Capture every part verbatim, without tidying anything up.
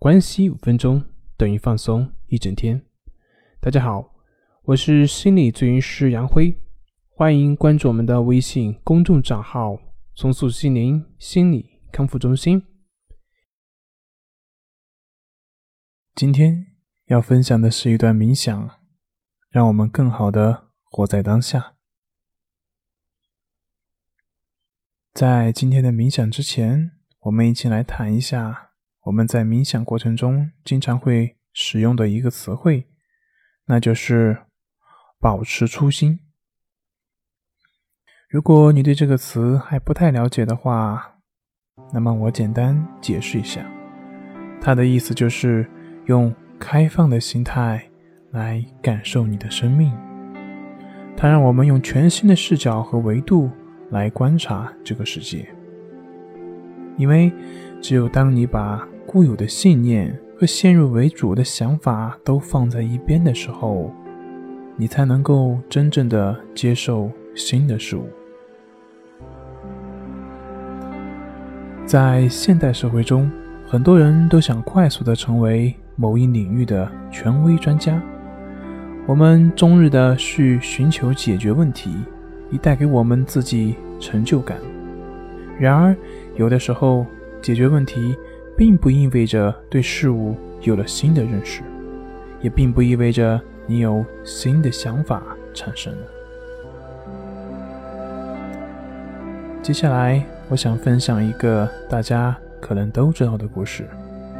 关系五分钟等于放松一整天。大家好，我是心理咨询师杨辉，欢迎关注我们的微信公众账号重塑心灵心理康复中心。今天要分享的是一段冥想，让我们更好地活在当下。在今天的冥想之前，我们一起来谈一下我们在冥想过程中经常会使用的一个词汇，那就是保持初心。如果你对这个词还不太了解的话，那么我简单解释一下。它的意思就是用开放的心态来感受你的生命。它让我们用全新的视角和维度来观察这个世界。因为只有当你把固有的信念和先入为主的想法都放在一边的时候，你才能够真正的接受新的事物。在现代社会中，很多人都想快速的成为某一领域的权威专家。我们终日的去寻求解决问题，以带给我们自己成就感。然而，有的时候解决问题并不意味着对事物有了新的认识，也并不意味着你有新的想法产生了。接下来我想分享一个大家可能都知道的故事。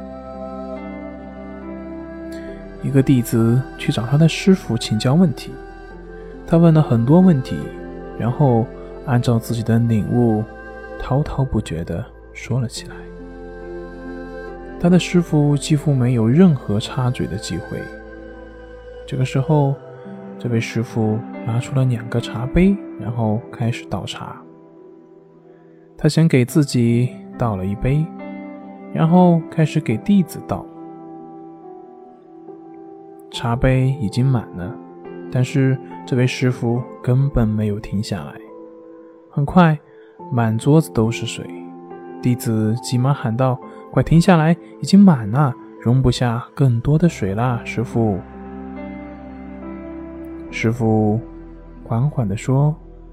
一个弟子去找他的师父请教问题，他问了很多问题，然后按照自己的领悟滔滔不绝地说了起来。他的师父几乎没有任何插嘴的机会。这个时候，这位师父拿出了两个茶杯，然后开始倒茶。他先给自己倒了一杯，然后开始给弟子倒。茶杯已经满了，但是这位师父根本没有停下来。很快，满桌子都是水。弟子急忙喊道：“快停下来，已经满了，容不下更多的水啦，师父。”师父缓缓地说：“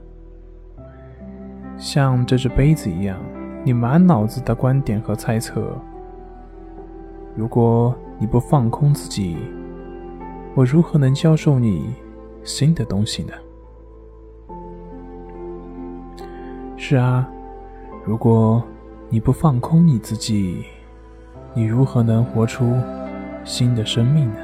像这只杯子一样，你满脑子的观点和猜测，如果你不放空自己，我如何能教授你新的东西呢？”是啊，如果你不放空你自己，你如何能活出新的生命呢？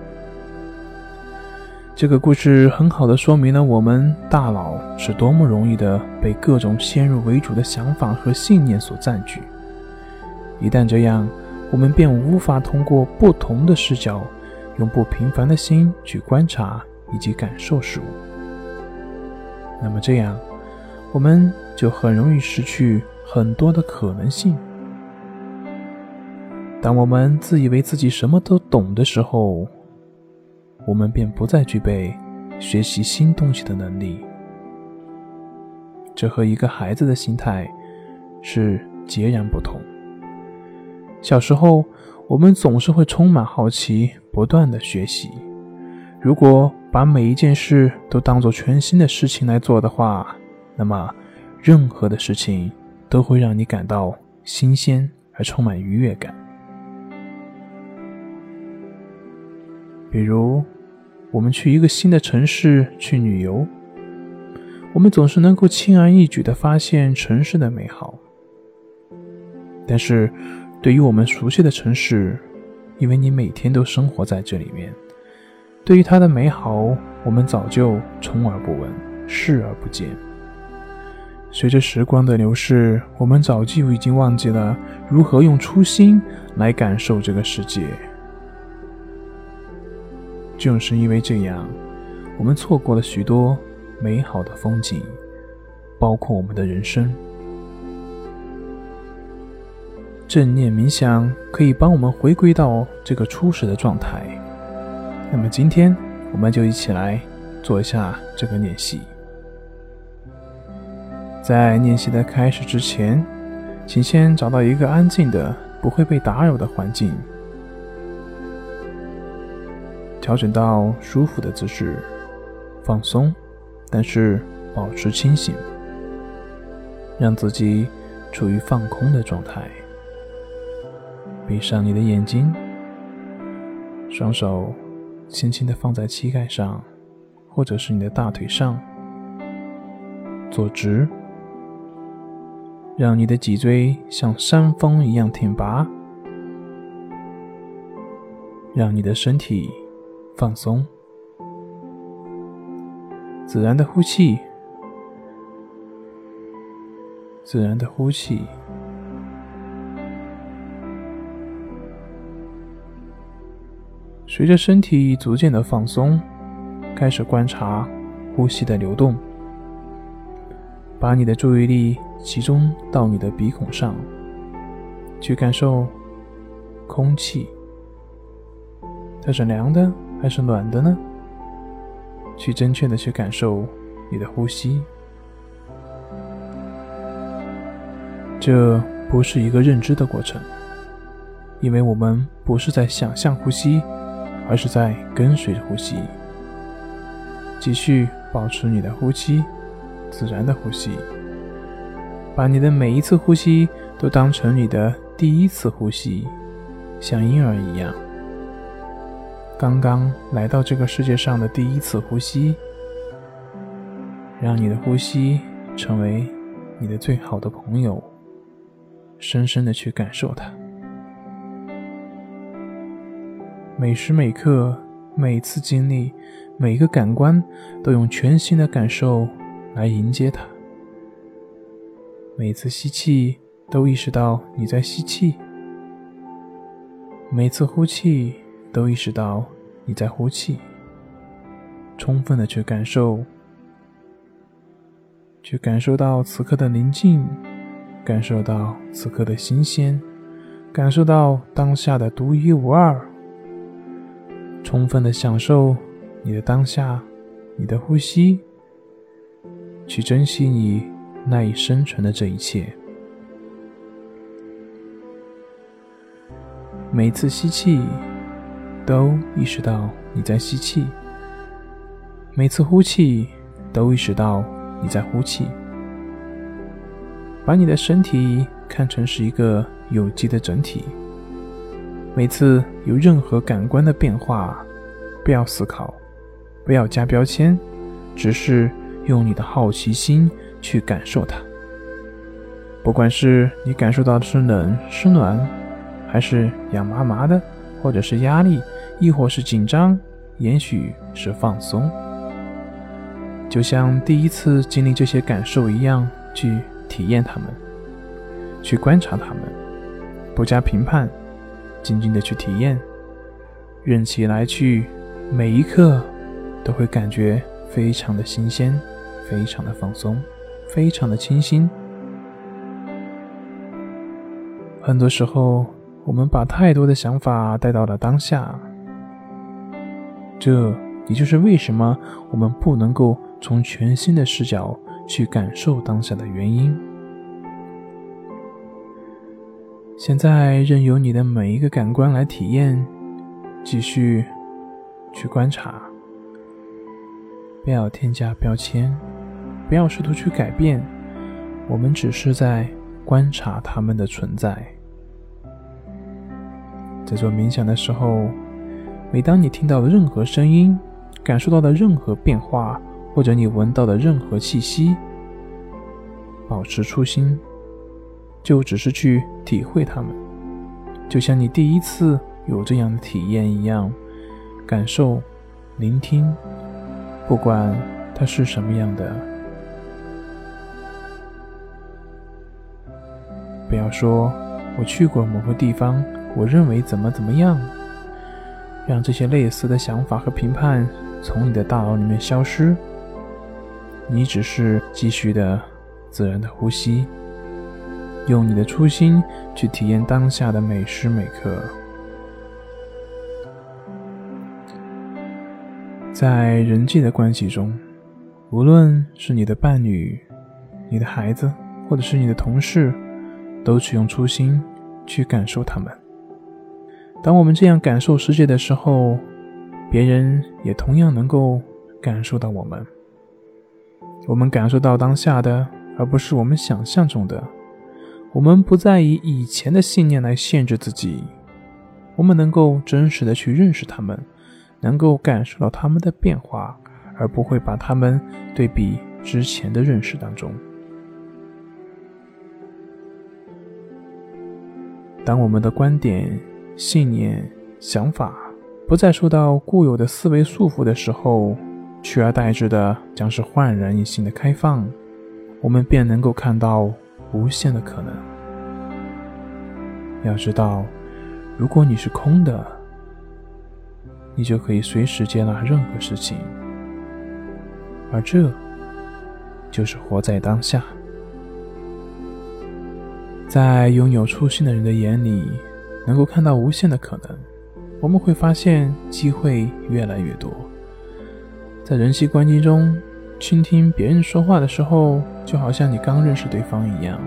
这个故事很好地说明了我们大脑是多么容易地被各种先入为主的想法和信念所占据。一旦这样，我们便无法通过不同的视角，用不平凡的心去观察以及感受事物。那么这样，我们就很容易失去很多的可能性。当我们自以为自己什么都懂的时候，我们便不再具备学习新东西的能力。这和一个孩子的心态是截然不同。小时候，我们总是会充满好奇，不断的学习。如果把每一件事都当作全新的事情来做的话，那么任何的事情都会让你感到新鲜而充满愉悦感。比如，我们去一个新的城市去旅游，我们总是能够轻而易举地发现城市的美好。但是，对于我们熟悉的城市，因为你每天都生活在这里面，对于它的美好，我们早就充耳不闻，视而不见。随着时光的流逝，我们早就已经忘记了如何用初心来感受这个世界。正是因为这样，我们错过了许多美好的风景，包括我们的人生。正念冥想可以帮我们回归到这个初始的状态。那么今天我们就一起来做一下这个练习。在练习的开始之前，请先找到一个安静的、不会被打扰的环境， 调整到舒服的姿势，放松，但是保持清醒，让自己处于放空的状态。闭上你的眼睛，双手轻轻地放在膝盖上，或者是你的大腿上，坐直，让你的脊椎像山峰一样挺拔，让你的身体放松，自然的呼气，自然的呼气。随着身体逐渐的放松，开始观察呼吸的流动，把你的注意力集中到你的鼻孔上，去感受空气，它是凉的还是暖的呢？去真切的去感受你的呼吸。这不是一个认知的过程，因为我们不是在想象呼吸，而是在跟随着呼吸。继续保持你的呼吸，自然的呼吸，把你的每一次呼吸都当成你的第一次呼吸，像婴儿一样，刚刚来到这个世界上的第一次呼吸，让你的呼吸成为你的最好的朋友，深深的去感受它。每时每刻，每次经历，每一个感官都用全新的感受来迎接它。每次吸气都意识到你在吸气，每次呼气都意识到你在呼气，充分的去感受，去感受到此刻的宁静，感受到此刻的新鲜，感受到当下的独一无二，充分的享受你的当下，你的呼吸，去珍惜你赖以生存的这一切。每次吸气都意识到你在吸气，每次呼气都意识到你在呼气。把你的身体看成是一个有机的整体，每次有任何感官的变化，不要思考，不要加标签，只是用你的好奇心去感受它。不管是你感受到的是冷是暖，还是痒麻麻的，或者是压力，亦或是紧张，也许是放松，就像第一次经历这些感受一样，去体验它们，去观察它们，不加评判，静静的去体验，任其来去，每一刻都会感觉非常的新鲜，非常的放松，非常的清新。很多时候我们把太多的想法带到了当下，这也就是为什么我们不能够从全新的视角去感受当下的原因。现在任由你的每一个感官来体验，继续去观察，不要添加标签，不要试图去改变，我们只是在观察它们的存在。在做冥想的时候，每当你听到的任何声音，感受到的任何变化，或者你闻到的任何气息，保持初心，就只是去体会它们，就像你第一次有这样的体验一样，感受，聆听，不管它是什么样的。不要说我去过某个地方，我认为怎么怎么样，让这些类似的想法和评判从你的大脑里面消失，你只是继续的自然的呼吸，用你的初心去体验当下的每时每刻。在人际的关系中，无论是你的伴侣、你的孩子，或者是你的同事，都去用初心去感受他们。当我们这样感受世界的时候， 别人也同样能够感受到我们。我们感受到当下的，而不是我们想象中的。我们不再以以前的信念来限制自己，我们能够真实的去认识他们，能够感受到他们的变化，而不会把他们对比之前的认识当中。当我们的观点、信念、想法不再受到固有的思维束缚的时候，取而代之的将是焕然一新的开放，我们便能够看到无限的可能。要知道，如果你是空的，你就可以随时接纳任何事情，而这就是活在当下。在拥有初心的人的眼里，能够看到无限的可能，我们会发现机会越来越多。在人际关系中，倾听别人说话的时候，就好像你刚认识对方一样。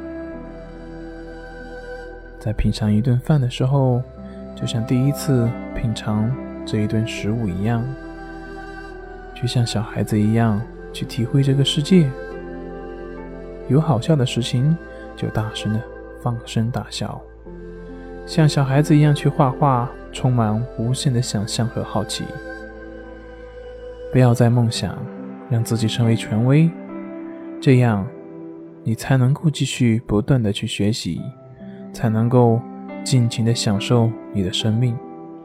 在品尝一顿饭的时候，就像第一次品尝这一顿食物一样，就像小孩子一样去体会这个世界。有好笑的事情，就大声的放声大笑，像小孩子一样去画画，充满无限的想象和好奇。不要再梦想让自己成为权威，这样你才能够继续不断的去学习，才能够尽情的享受你的生命。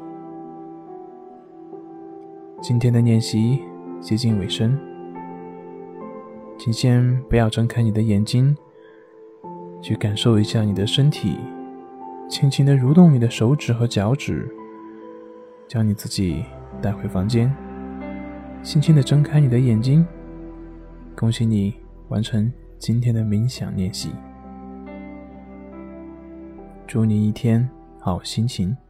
今天的练习接近尾声，请先不要睁开你的眼睛，去感受一下你的身体，轻轻地蠕动你的手指和脚趾，将你自己带回房间，轻轻地睁开你的眼睛。恭喜你完成今天的冥想练习，祝你一天好心情。